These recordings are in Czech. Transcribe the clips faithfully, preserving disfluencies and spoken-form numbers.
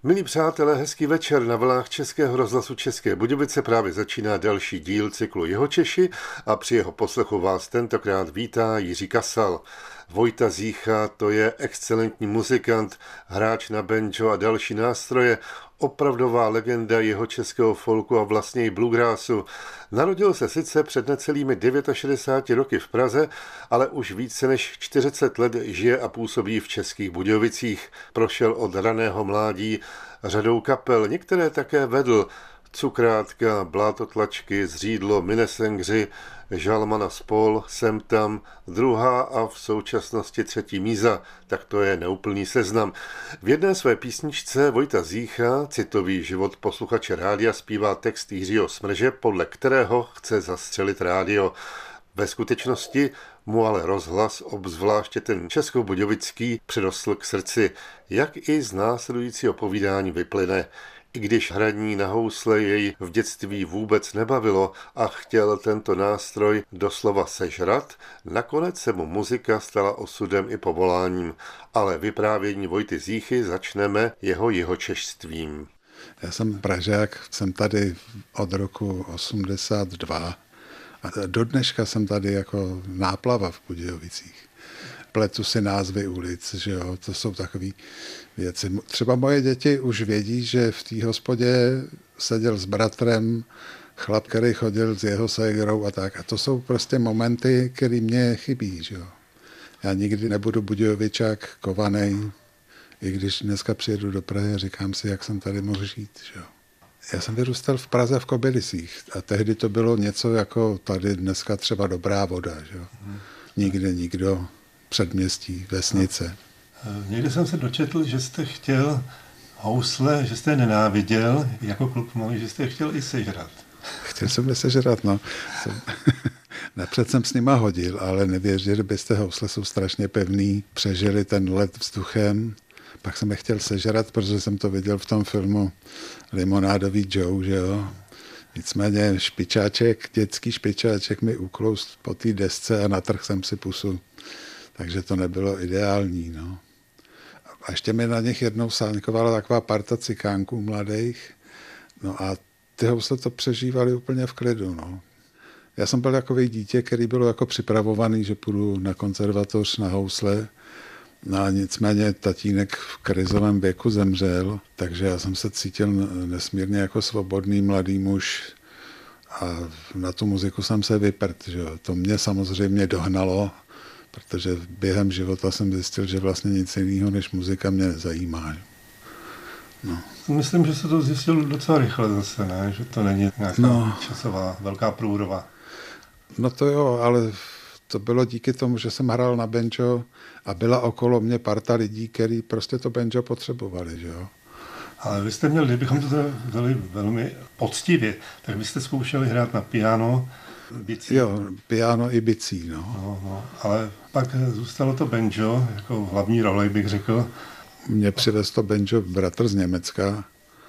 Milí přátelé, hezký večer na vlnách Českého rozhlasu České Budějovice. Právě začíná další díl cyklu Jihočeši a při jeho poslechu vás tentokrát vítá Jiří Kasal. Vojta Zícha, to je excelentní muzikant, hráč na banjo a další nástroje, opravdová legenda jihočeského folku a vlastně i bluegrassu. Narodil se sice před necelými šedesáti devíti roky v Praze, ale už více než čtyřicet let žije a působí v Českých Budějovicích. Prošel od raného mládí řadou kapel, některé také vedl. Cukrátka, Blátotlačky, Zřídlo, Minesengři, Žalmana spol, Sem tam, druhá a v současnosti třetí míza, tak to je neúplný seznam. V jedné své písničce Vojta Zícha, citový život posluchače rádia, zpívá text Jiřího Smrže, podle kterého chce zastřelit rádio. Ve skutečnosti mu ale rozhlas, obzvláště ten českobudějovický, přirostl k srdci, jak i z následujícího povídání vyplyne. I když hraní na housle jej v dětství vůbec nebavilo a chtěl tento nástroj doslova sežrat, nakonec se mu muzika stala osudem i povoláním. Ale vyprávění Vojty Zíchy začneme jeho jihočešstvím. Já jsem Pražák, jsem tady od roku osmdesát dva a do dneška jsem tady jako náplava v Budějovicích. Pletu si názvy ulic, že jo, to jsou takové věci. Třeba moje děti už vědí, že v té hospodě seděl s bratrem chlap, který chodil s jeho ségrou a tak. A to jsou prostě momenty, které mě chybí, že jo. Já nikdy nebudu Budějovičák kovanej, i když dneska přijedu do Prahy a říkám si, jak jsem tady mohl žít, že jo. Já jsem vyrůstal v Praze v Kobylisích a tehdy to bylo něco jako tady dneska třeba Dobrá voda, že jo. Nikde nikdo, předměstí, vesnice. Někde jsem se dočetl, že jste chtěl housle, že jste je nenáviděl, jako kluk malý, že jste je chtěl i sežrat. Chtěl jsem je sežrat, no. Napřed jsem s nima hodil, ale nevěřili byste, housle jsou strašně pevný, přežili ten let vzduchem. Pak jsem je chtěl sežrat, protože jsem to viděl v tom filmu Limonádový Joe, že jo. Nicméně špičáček, dětský špičáček mi ukloust po té desce a natrhl jsem si pusu. Takže to nebylo ideální, no. A ještě mi na nich jednou sánkovala taková parta cikánků mladých, no a ty housle to přežívali úplně v klidu, no. Já jsem byl takový dítě, který byl jako připravovaný, že půjdu na konzervatoř na housle, no a nicméně tatínek v krizovém věku zemřel, takže já jsem se cítil nesmírně jako svobodný mladý muž a na tu muziku jsem se vyprt, že jo. To mě samozřejmě dohnalo, protože během života jsem zjistil, že vlastně nic jiného než muzika mě nezajímá. No. Myslím, že se to zjistil docela rychle zase, ne? Že to není nějaká no. časová velká průrova. No to jo, ale to bylo díky tomu, že jsem hrál na banjo a byla okolo mě parta lidí, kteří prostě to banjo potřebovali, že jo. Ale vy jste měli, kdybychom to dali velmi poctivě, tak vy jste zkoušeli hrát na piano, bicí. Jo, piano i bicí, no. no, no. Ale pak zůstalo to banjo, jako hlavní roli, bych řekl. Mě přivez to banjo bratr z Německa.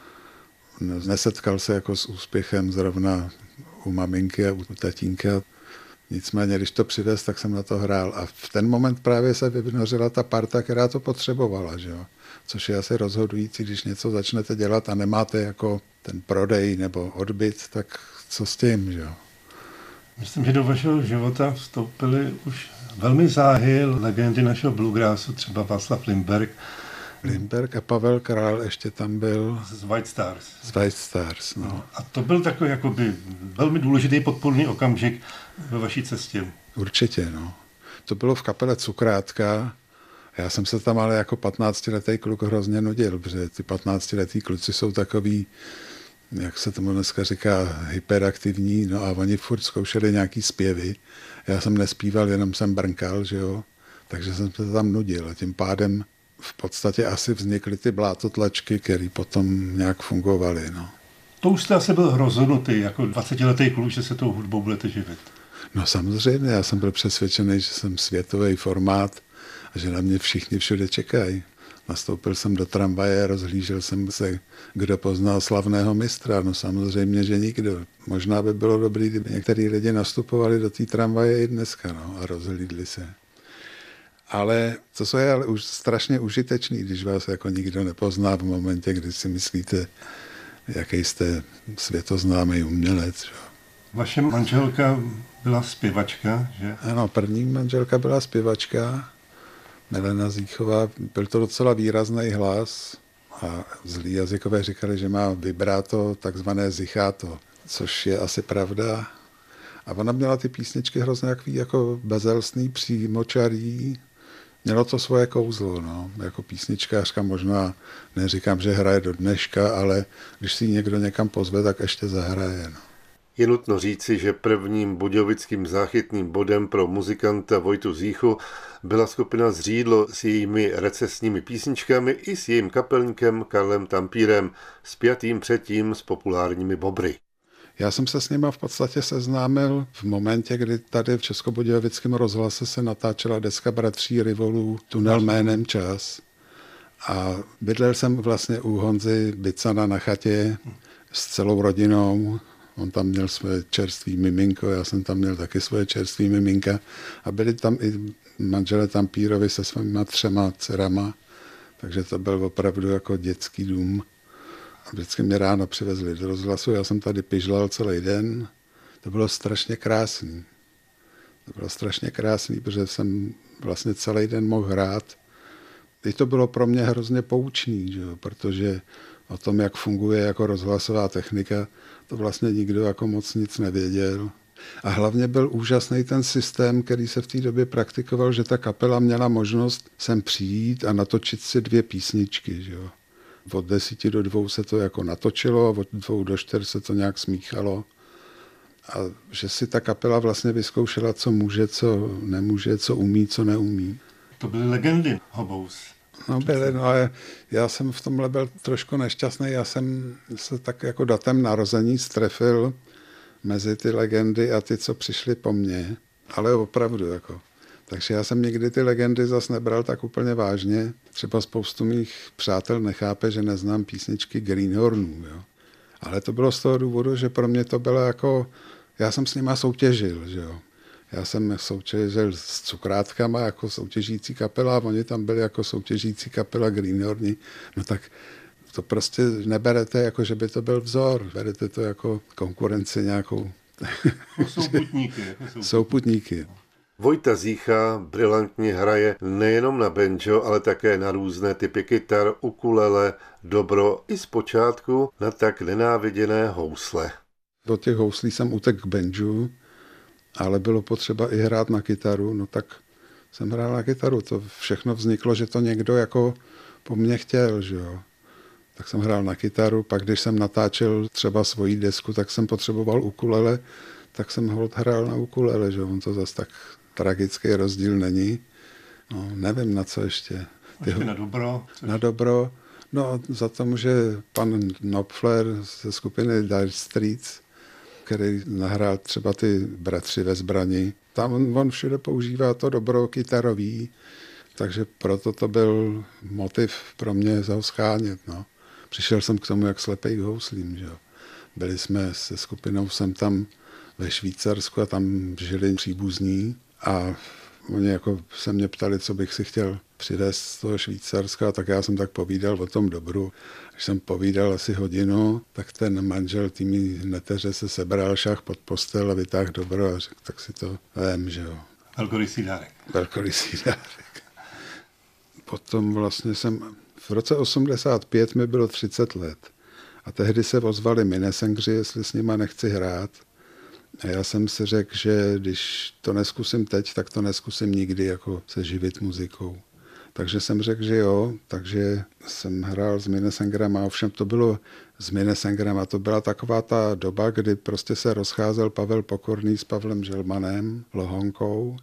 Nesetkal se jako s úspěchem zrovna u maminky a u tatínka. Nicméně, když to přivez, tak jsem na to hrál. A v ten moment právě se vynořila ta parta, která to potřebovala, že jo. Což je asi rozhodující, když něco začnete dělat a nemáte jako ten prodej nebo odbyt, tak co s tím, že jo. Myslím, že do vašeho života vstoupily už velmi záhy legendy našeho bluegrassu, třeba Václav Lindberg. Lindberg a Pavel Král ještě tam byl. Z White Stars. Z White Stars, no. no. A to byl takový jakoby velmi důležitý podpůrný okamžik ve vaší cestě. Určitě, no. To bylo v kapele Cukrátka. Já jsem se tam ale jako patnáctiletý kluk hrozně nudil, protože ty patnáctiletý kluci jsou takový, jak se tomu dneska říká, hyperaktivní, no a oni furt zkoušeli nějaký zpěvy. Já jsem nespíval, jenom jsem brnkal, že jo, takže jsem se tam nudil a tím pádem v podstatě asi vznikly ty blátotlačky, které potom nějak fungovaly, no. To už jste asi byl rozhodnutý, jako dvacetiletý kluk, že se tou hudbou budete živit. No samozřejmě, já jsem byl přesvědčený, že jsem světový formát a že na mě všichni všude čekají. Nastoupil jsem do tramvaje, rozhlížel jsem se, kdo poznal slavného mistra. No samozřejmě, že nikdo. Možná by bylo dobré, kdyby některý lidi nastupovali do té tramvaje i dneska, no, a rozhlídli se. Ale to, co je ale už strašně užitečný, když vás jako nikdo nepozná v momentě, kdy si myslíte, jaký jste světoznámý umělec. Že? Vaše manželka byla zpěvačka, že? Ano, první manželka byla zpěvačka, Milena Zíchová. Byl to docela výrazný hlas a zlí jazykové říkali, že má vibrato, takzvané zicháto, což je asi pravda. A ona měla ty písničky hrozně jaký jako bezelstný, přímočarý. Mělo to svoje kouzlo, no. Jako písničkářka možná neříkám, že hraje do dneška, ale když si ji někdo někam pozve, tak ještě zahraje, no. Je nutno říci, že prvním budějovickým záchytným bodem pro muzikanta Vojtu Zíchu byla skupina Zřídlo s jejími recesními písničkami i s jejím kapelníkem Karlem Tampírem, spjatým předtím s populárními Bobry. Já jsem se s nima v podstatě seznámil v momentě, kdy tady v Českobudějovickém rozhlase se natáčela deska Bratří Rivolů Tunel jménem Čas. A bydlel jsem vlastně u Honzy Bicana na chatě s celou rodinou. On tam měl svoje čerstvý miminko, já jsem tam měl taky svoje čerstvý miminka. A byli tam i manželé Tampírovi se svýma třema dcerama. Takže to byl opravdu jako dětský dům. A vždycky mě ráno přivezli do rozhlasu, já jsem tady pižlal celý den. To bylo strašně krásný. To bylo strašně krásný, protože jsem vlastně celý den mohl hrát. I to bylo pro mě hrozně poučný, že jo? Protože o tom, jak funguje jako rozhlasová technika, to vlastně nikdo jako moc nic nevěděl. A hlavně byl úžasný ten systém, který se v té době praktikoval, že ta kapela měla možnost sem přijít a natočit si dvě písničky, že jo? Od desíti do dvou se to jako natočilo a od dvou do čtyř se to nějak smíchalo. A že si ta kapela vlastně vyzkoušela, co může, co nemůže, co umí, co neumí. To byly legendy Hobous. No byly, no ale já jsem v tomhle byl trošku nešťastný. Já jsem se tak jako datem narození strefil mezi ty legendy a ty, co přišli po mně. Ale opravdu jako. Takže já jsem nikdy ty legendy zas nebral tak úplně vážně. Třeba spoustu mých přátel nechápe, že neznám písničky Greenhornů. Jo. Ale to bylo z toho důvodu, že pro mě to bylo jako... Já jsem s nima soutěžil, že jo. Já jsem soutěžil s Cukrátkama jako soutěžící kapela a oni tam byli jako soutěžící kapela Greenhorni. No tak to prostě neberete jako, že by to byl vzor. Berete to jako konkurenci nějakou. Souputníky. Jako souputníky. Souputníky. Vojta Zícha brilantně hraje nejenom na banjo, ale také na různé typy kytar, ukulele, dobro i zpočátku na tak nenáviděné housle. Od těch houslí jsem utek k banju, ale bylo potřeba i hrát na kytaru, no tak jsem hrál na kytaru. To všechno vzniklo, že to někdo jako po mně chtěl, že jo. Tak jsem hrál na kytaru, pak když jsem natáčel třeba svoji desku, tak jsem potřeboval ukulele, tak jsem holt hrál na ukulele, že on to zase tak tragický rozdíl není. No, nevím, na co ještě. Ty... Ještě na dobro? Což... Na dobro. No, za to může pan Knopfler ze skupiny Dire Straits, který nahrál třeba ty Bratři ve zbrani. Tam on, on všude používá to dobro kytarový, takže proto to byl motiv pro mě za ho schánět. No. Přišel jsem k tomu, jak slepej k houslím. Že? Byli jsme se skupinou sem tam ve Švýcarsku a tam žili příbuzní a oni jako se mě ptali, co bych si chtěl přivést z toho Švýcarska, tak já jsem tak povídal o tom dobru. Když jsem povídal asi hodinu, tak ten manžel týmí neteře se sebral šach pod postel a vytáhl dobro a řekl, tak si to vem, že jo. Velkorysý dárek. Velkorysý dárek. Potom vlastně jsem, v roce osmdesát pět mi bylo třicet let a tehdy se ozvali Minnesengři, jestli s nima nechci hrát. A já jsem si řekl, že když to neskusím teď, tak to neskusím nikdy jako se živit muzikou. Takže jsem řekl, že jo, takže jsem hrál s Minnesengrem a ovšem to bylo s Minnesengrem a to byla taková ta doba, kdy prostě se rozcházel Pavel Pokorný s Pavlem Želmanem, Lohonkou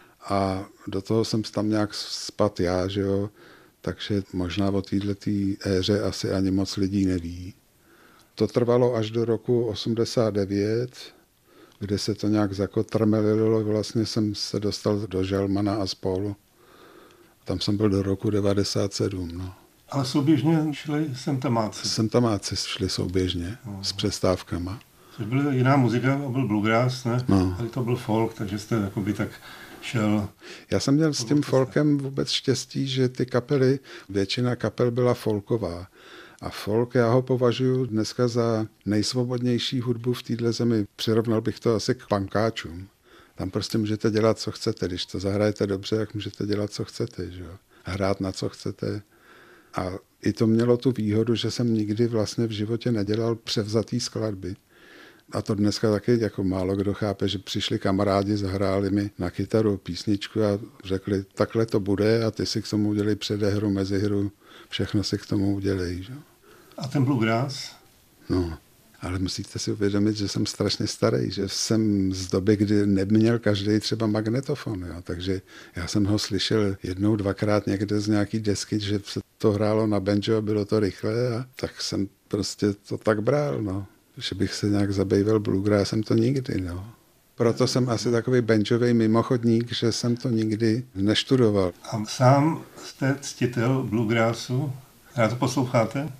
a do toho jsem tam nějak spadl já, že jo, takže možná o této éře asi ani moc lidí neví. To trvalo až do roku osmdesát devět, kde se to nějak zakotrmelilo, vlastně jsem se dostal do Želmana a spolu. Tam jsem byl do roku devadesát sedm. No. Ale souběžně šli Sentamáci. Sentamáci šli souběžně, no. S přestávkama. Což byla jiná muzika, byl bluegrass, ne? No. Ale to byl folk, takže jste jakoby tak šel... Já jsem měl s tím folkem vůbec štěstí, že ty kapely, většina kapel byla folková. A folk, já ho považuji dneska za nejsvobodnější hudbu v této zemi. Přirovnal bych to asi k punkáčům. Tam prostě můžete dělat, co chcete. Když to zahrajete dobře, tak můžete dělat, co chcete. Že jo? Hrát na co chcete. A i to mělo tu výhodu, že jsem nikdy vlastně v životě nedělal převzatý skladby. A to dneska taky jako málo kdo chápe, že přišli kamarádi, zahráli mi na kytaru písničku a řekli, takhle to bude a ty si k tomu udělej předehru, mezihru, všechno si k tomu udělej. Že? A ten bluegrass? No, ale musíte si uvědomit, že jsem strašně starý, že jsem z doby, kdy neměl každý třeba magnetofon, jo? Takže já jsem ho slyšel jednou, dvakrát někde z nějaký desky, že se to hrálo na banjo a bylo to rychle a tak jsem prostě to tak bral, no. Že bych se nějak zabýval bluegrassem, to nikdy, no. Proto jsem asi takový banjový mimochodník, že jsem to nikdy neštudoval. A sám jste ctitel bluegrassu? Já to posloucháte?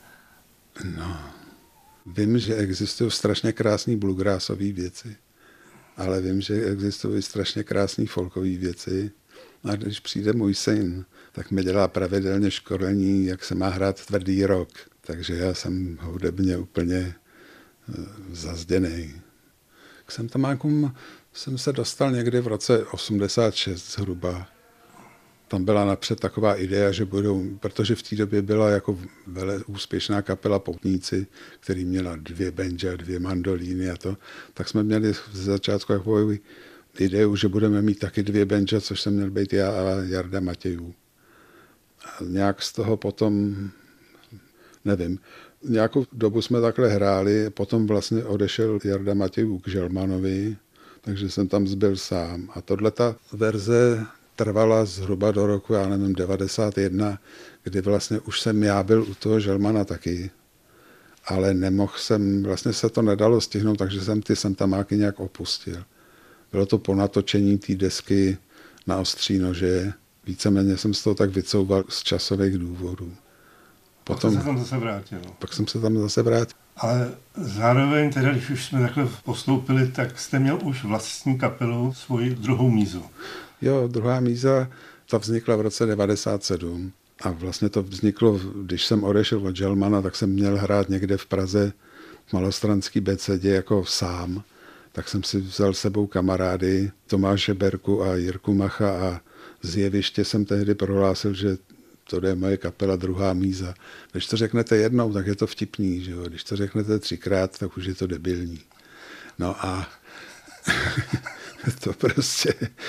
No, vím, že existují strašně krásné bluegrassové věci, ale vím, že existují strašně krásné folkové věci. A když přijde můj syn, tak mi dělá pravidelně školení, jak se má hrát tvrdý rock. Takže já jsem hudebně úplně zazděnej. K Sentamákům jsem se dostal někdy v roce osmdesát šest zhruba. Tam byla napřed taková idea, že budou, protože v té době byla jako vele úspěšná kapela Poutníci, který měla dvě banjo, dvě mandolíny a to, tak jsme měli z začátku takovou ideu, že budeme mít taky dvě banjo, což jsem měl být já a Jarda Matějů. A nějak z toho potom, nevím, nějakou dobu jsme takhle hráli, potom vlastně odešel Jarda Matějů k Želmanovi, takže jsem tam zbyl sám. A tohleta verze trvala zhruba do roku, já nevím, devadesát jedna, kdy vlastně už jsem já byl u toho Želmana taky, ale nemohl jsem, vlastně se to nedalo stihnout, takže jsem ty Sentamáky nějak opustil. Bylo to po natočení té desky na ostří nože, víceméně jsem z toho tak vycouval z časových důvodů. Potom se tam zase vrátil. Pak jsem se tam zase vrátil. Ale zároveň, teda, když už jsme takhle postoupili, tak jste měl už vlastní kapelu, svoji druhou mízu. Jo, druhá míza, ta vznikla v roce devadesát sedm. A vlastně to vzniklo, když jsem odešel od Želmana, tak jsem měl hrát někde v Praze v malostranský becedě jako sám. Tak jsem si vzal sebou kamarády Tomáše Berku a Jirku Macha a z jeviště jsem tehdy prohlásil, že to je moje kapela druhá míza. Když to řeknete jednou, tak je to vtipný, že jo? Když to řeknete třikrát, tak už je to debilní. No a to prostě...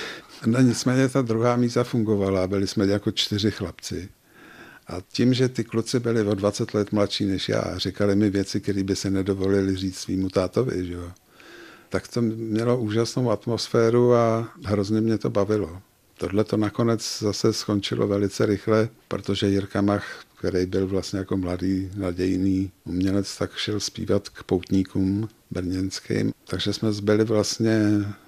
No nicméně ta druhá míza fungovala, byli jsme jako čtyři chlapci. A tím, že ty kluci byli o dvacet let mladší než já a říkali mi věci, které by se nedovolili říct svýmu tátovi, že jo? Tak to mělo úžasnou atmosféru a hrozně mě to bavilo. Tohle to nakonec zase skončilo velice rychle, protože Jirka Mach, který byl vlastně jako mladý, nadějný umělec, tak šel zpívat k Poutníkům brněnským. Takže jsme zbyli vlastně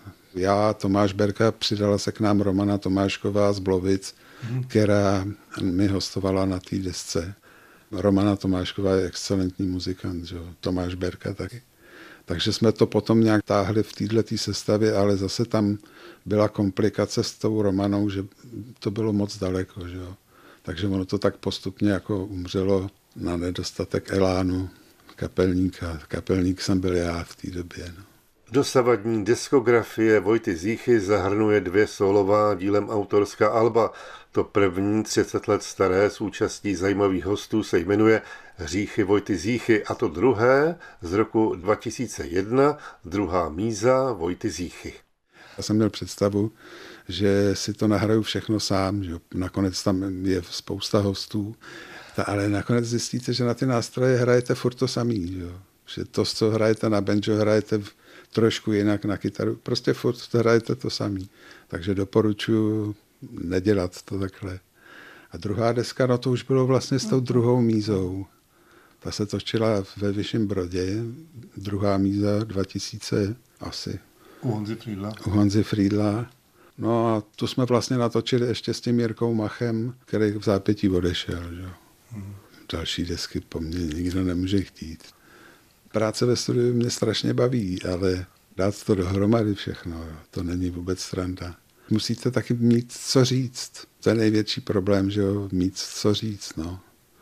já, Tomáš Berka, přidala se k nám Romana Tomášková z Blovic, hmm. která mi hostovala na té desce. Romana Tomášková je excelentní muzikant, že? Tomáš Berka taky. Takže jsme to potom nějak táhli v této sestavě, ale zase tam byla komplikace s tou Romanou, že to bylo moc daleko. Že jo? Takže ono to tak postupně jako umřelo na nedostatek elánu kapelníka. Kapelník jsem byl já v té době. No. Dosavadní diskografie Vojty Zíchy zahrnuje dvě solová dílem autorská alba. To první, třicet let staré, s účastí zajímavých hostů, se jmenuje Hříchy Vojty Zíchy a to druhé z roku dva tisíce jedna, druhá míza Vojty Zíchy. Já jsem měl představu, že si to nahraju všechno sám, že nakonec tam je spousta hostů, ale nakonec zjistíte, že na ty nástroje hrajete furt to samý, že, že to, co hrajete na banjo, hrajete trošku jinak na kytaru, prostě furt hrajete to samý. Takže doporučuji nedělat to takhle. A druhá deska, no to už bylo vlastně s tou druhou mízou. Ta se točila ve Vyšším Brodě, druhá míza dva tisíce asi. U Honzy Friedla. U Honzy Friedla. No a tu jsme vlastně natočili ještě s tím Jirkou Machem, který v zápětí odešel. Že? Hmm. Další desky po mně nikdo nemůže chtít. Práce ve studiu mě strašně baví, ale dát to dohromady všechno, jo, to není vůbec sranda. musíte taky mít co říct. To je největší problém, že jo, mít co říct, no.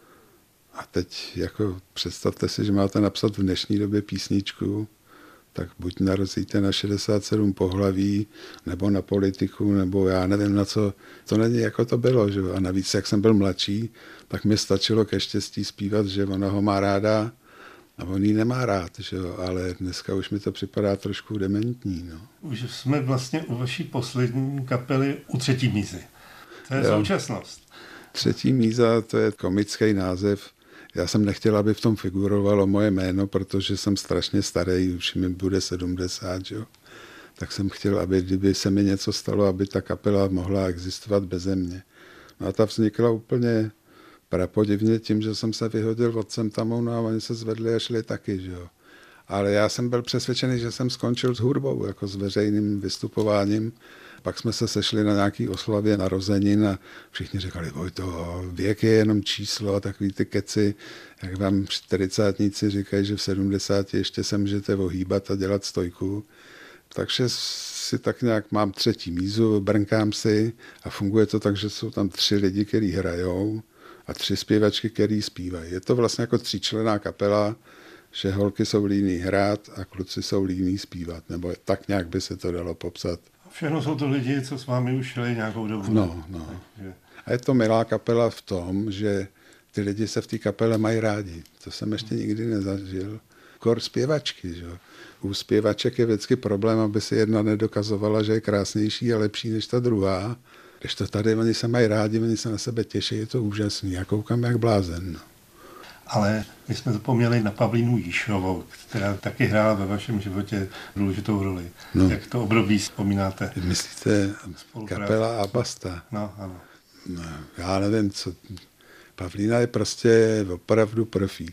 A teď jako představte si, že máte napsat v dnešní době písničku, tak buď narazíte na šedesát sedm pohlaví, nebo na politiku, nebo já nevím na co. To není jako to bylo, že jo. A navíc, jak jsem byl mladší, tak mi stačilo ke štěstí zpívat, že ona ho má ráda a on ji nemá rád, že jo. Ale dneska už mi to připadá trošku dementní, no. Už jsme vlastně u vaší poslední kapely u Třetí mízy. To je jo. Současnost. Třetí míza, to je komický název. Já jsem nechtěl, aby v tom figurovalo moje jméno, protože jsem strašně starý, už mi bude sedmdesát, jo. Tak jsem chtěl, aby kdyby se mi něco stalo, aby ta kapela mohla existovat beze mě. No a ta vznikla úplně prapodivně tím, že jsem se vyhodil od Semtamounu a oni se zvedli a šli taky, že jo. Ale já jsem byl přesvědčený, že jsem skončil s hudbou, jako s veřejným vystupováním. Pak jsme se sešli na nějaký oslavě narozenin a všichni říkali, Vojto, věk je jenom číslo a takový ty keci, jak vám čtyřicátníci říkají, že v sedmdesáti ještě se můžete ohýbat a dělat stojku. Takže si tak nějak mám třetí mízu, brnkám si a funguje to tak, že jsou tam tři lidi, kteří hrajou a tři zpěvačky, který zpívají. Je to vlastně jako tříčlenná kapela, že holky jsou líní hrát a kluci jsou líní zpívat, nebo tak nějak by se to dalo popsat. Všechno jsou to lidi, co s vámi už šli nějakou dobu. No, no. Takže... A je to milá kapela v tom, že ty lidi se v té kapele mají rádi. To jsem ještě nikdy nezažil. Kor zpěvačky, že? U zpěvaček je vždycky problém, aby si jedna nedokazovala, že je krásnější a lepší než ta druhá. Když to tady, oni se mají rádi, oni se na sebe těší, je to úžasný. Já koukám jak blázen, no. Ale my jsme zapomněli na Pavlínu Jíšovou, která taky hrála ve vašem životě důležitou roli. No. Jak to období vzpomínáte? Myslíte kapela a basta? No, ano. No, já nevím, co... Pavlína je prostě opravdu profík.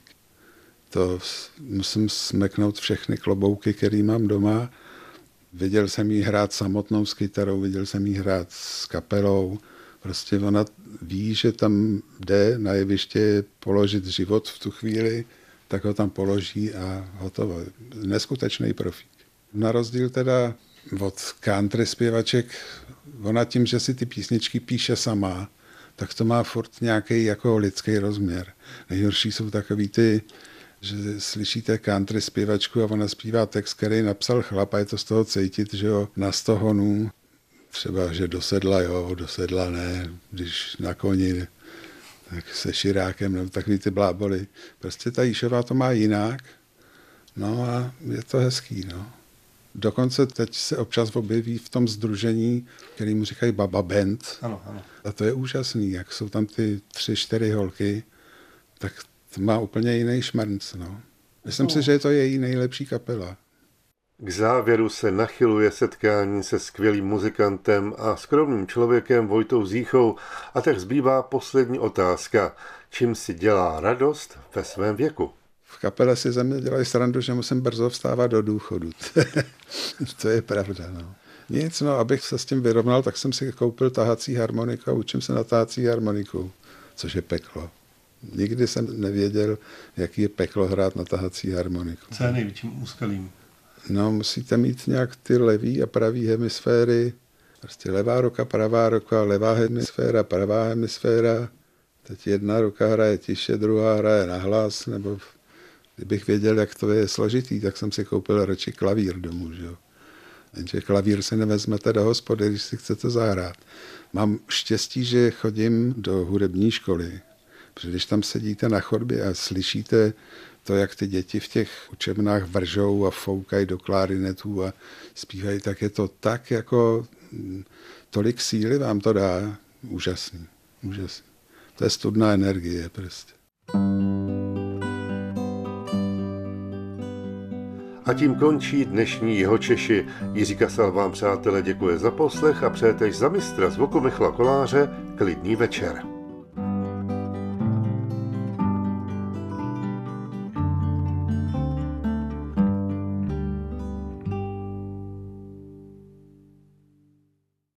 To musím smeknout všechny klobouky, který mám doma. Viděl jsem jí hrát samotnou s kytarou, viděl jsem jí hrát s kapelou. Prostě ona ví, že tam jde na jeviště položit život v tu chvíli, tak ho tam položí a hotovo. Neskutečný profík. Na rozdíl teda od country zpěvaček, ona tím, že si ty písničky píše sama, tak to má furt nějaký jako lidský rozměr. Nejhorší jsou takový ty, že slyšíte country zpěvačku a ona zpívá text, který napsal chlap a je to z toho cítit, že jo, na sto honů. Třeba, že dosedla, jo, dosedla, ne, když na koni, tak se širákem, nebo takový ty bláboli. Prostě ta Jíšová to má jinak, no a je to hezký, no. Dokonce teď se občas objeví v tom sdružení, který mu říkají Baba Band. Ano, ano. A to je úžasný, jak jsou tam ty tři, čtyři holky, tak to má úplně jiný šmrnc, no. Myslím no. si, že je to její nejlepší kapela. K závěru se nachyluje setkání se skvělým muzikantem a skromným člověkem Vojtou Zíchou a tak zbývá poslední otázka. Čím si dělá radost ve svém věku? V kapele si ze mě dělají srandu, že musím brzo vstávat do důchodu. To je pravda, no. Nic, no, abych se s tím vyrovnal, tak jsem si koupil tahací harmoniku a učím se na tahací harmoniku, což je peklo. Nikdy jsem nevěděl, jaký je peklo hrát na tahací harmoniku. Co je největším úskalím? No, musíte mít nějak ty levý a pravý hemisféry. Prostě levá ruka, pravá ruka, levá hemisféra, pravá hemisféra. Teď jedna ruka hraje tiše, druhá hraje nahlas, nebo kdybych věděl, jak to je složitý, tak jsem si koupil radši klavír domů, že jo. Jenže klavír si nevezmete do hospody, když si chcete zahrát. Mám štěstí, že chodím do hudební školy, protože když tam sedíte na chodbě a slyšíte to, jak ty děti v těch učebnách vržou a foukají do klarinetů a zpívají, tak je to tak jako tolik síly vám to dá. Úžasný, úžasný. To je studná energie prostě. A tím končí dnešní Jihočeši. Jiří Kasal vám, přátelé, děkuje za poslech a přeje též za mistra zvuku Michala Koláře klidný večer.